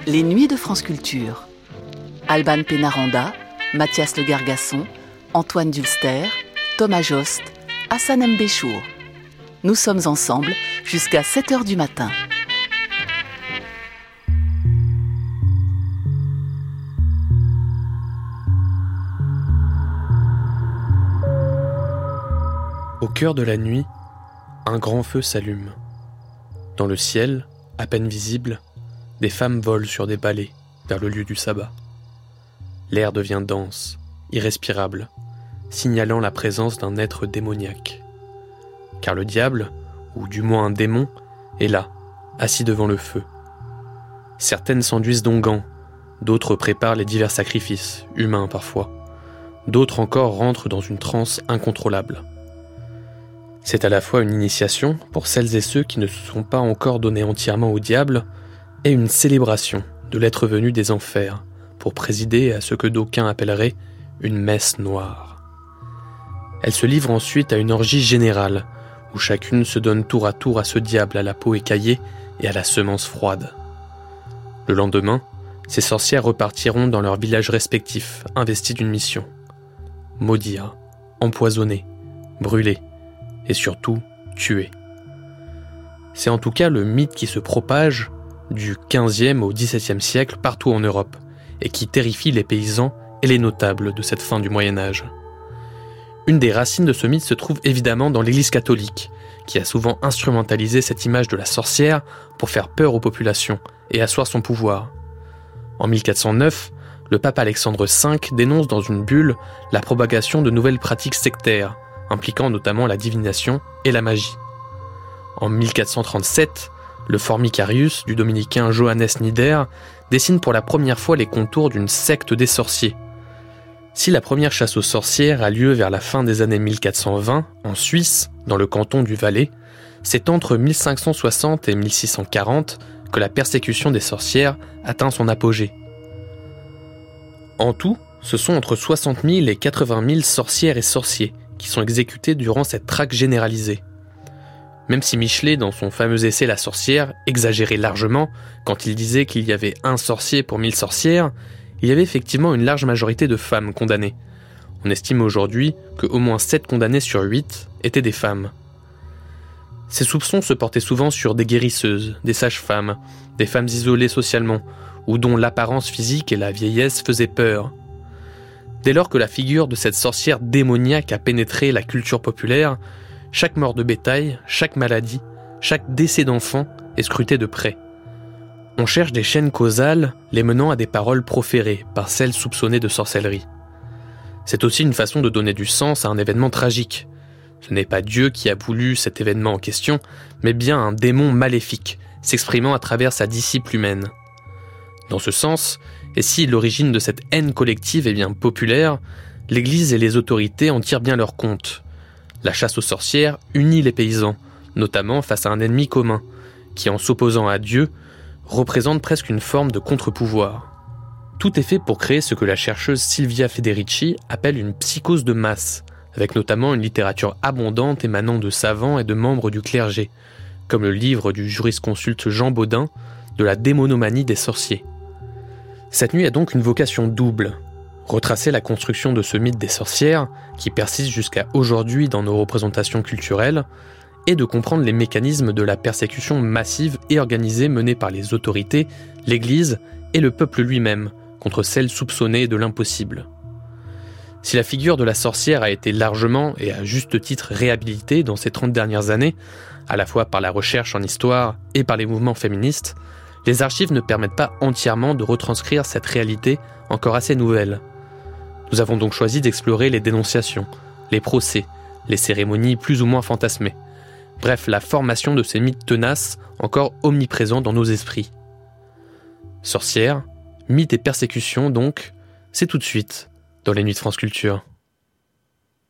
Les Nuits de France Culture. Alban Pénaranda, Mathias Le Gargasson, Antoine Dulster, Thomas Jost, Hassan M. Béchour. Nous sommes ensemble jusqu'à 7h du matin. Au cœur de la nuit, un grand feu s'allume. Dans le ciel, à peine visible, des femmes volent sur des balais vers le lieu du sabbat. L'air devient dense, irrespirable, signalant la présence d'un être démoniaque. Car le diable, ou du moins un démon, est là, assis devant le feu. Certaines s'enduisent d'onguents, d'autres préparent les divers sacrifices, humains parfois. D'autres encore rentrent dans une transe incontrôlable. C'est à la fois une initiation pour celles et ceux qui ne se sont pas encore donnés entièrement au diable et une célébration de l'être venu des enfers pour présider à ce que d'aucuns appelleraient une messe noire. Elle se livre ensuite à une orgie générale où chacune se donne tour à tour à ce diable à la peau écaillée et à la semence froide. Le lendemain, ces sorcières repartiront dans leurs villages respectifs investis d'une mission: maudire, empoisonner, brûler et surtout tuer. C'est en tout cas le mythe qui se propage du XVe au XVIIe siècle partout en Europe et qui terrifie les paysans et les notables de cette fin du Moyen-Âge. Une des racines de ce mythe se trouve évidemment dans l'Église catholique, qui a souvent instrumentalisé cette image de la sorcière pour faire peur aux populations et asseoir son pouvoir. En 1409, le pape Alexandre V dénonce dans une bulle la propagation de nouvelles pratiques sectaires, impliquant notamment la divination et la magie. En 1437, le Formicarius du dominicain Johannes Nider dessine pour la première fois les contours d'une secte des sorciers. Si la première chasse aux sorcières a lieu vers la fin des années 1420, en Suisse, dans le canton du Valais, c'est entre 1560 et 1640 que la persécution des sorcières atteint son apogée. En tout, ce sont entre 60 000 et 80 000 sorcières et sorciers qui sont exécutés durant cette traque généralisée. Même si Michelet, dans son fameux essai La sorcière, exagérait largement quand il disait qu'il y avait un sorcier pour 1000 sorcières, il y avait effectivement une large majorité de femmes condamnées. On estime aujourd'hui qu'au moins 7 condamnés sur 8 étaient des femmes. Ces soupçons se portaient souvent sur des guérisseuses, des sages-femmes, des femmes isolées socialement, ou dont l'apparence physique et la vieillesse faisaient peur. Dès lors que la figure de cette sorcière démoniaque a pénétré la culture populaire, chaque mort de bétail, chaque maladie, chaque décès d'enfant est scruté de près. On cherche des chaînes causales les menant à des paroles proférées par celles soupçonnées de sorcellerie. C'est aussi une façon de donner du sens à un événement tragique. Ce n'est pas Dieu qui a voulu cet événement en question, mais bien un démon maléfique, s'exprimant à travers sa disciple humaine. Dans ce sens, et si l'origine de cette haine collective est bien populaire, l'Église et les autorités en tirent bien leur compte. La chasse aux sorcières unit les paysans, notamment face à un ennemi commun, qui en s'opposant à Dieu, représente presque une forme de contre-pouvoir. Tout est fait pour créer ce que la chercheuse Silvia Federici appelle une psychose de masse, avec notamment une littérature abondante émanant de savants et de membres du clergé, comme le livre du jurisconsulte Jean Baudin de la démonomanie des sorciers. Cette nuit a donc une vocation double: retracer la construction de ce mythe des sorcières, qui persiste jusqu'à aujourd'hui dans nos représentations culturelles, et de comprendre les mécanismes de la persécution massive et organisée menée par les autorités, l'Église et le peuple lui-même, contre celles soupçonnées de l'impossible. Si la figure de la sorcière a été largement et à juste titre réhabilitée dans ces 30 dernières années, à la fois par la recherche en histoire et par les mouvements féministes, les archives ne permettent pas entièrement de retranscrire cette réalité encore assez nouvelle. Nous avons donc choisi d'explorer les dénonciations, les procès, les cérémonies plus ou moins fantasmées. Bref, la formation de ces mythes tenaces encore omniprésents dans nos esprits. Sorcières, mythes et persécutions donc, c'est tout de suite dans les Nuits de France Culture.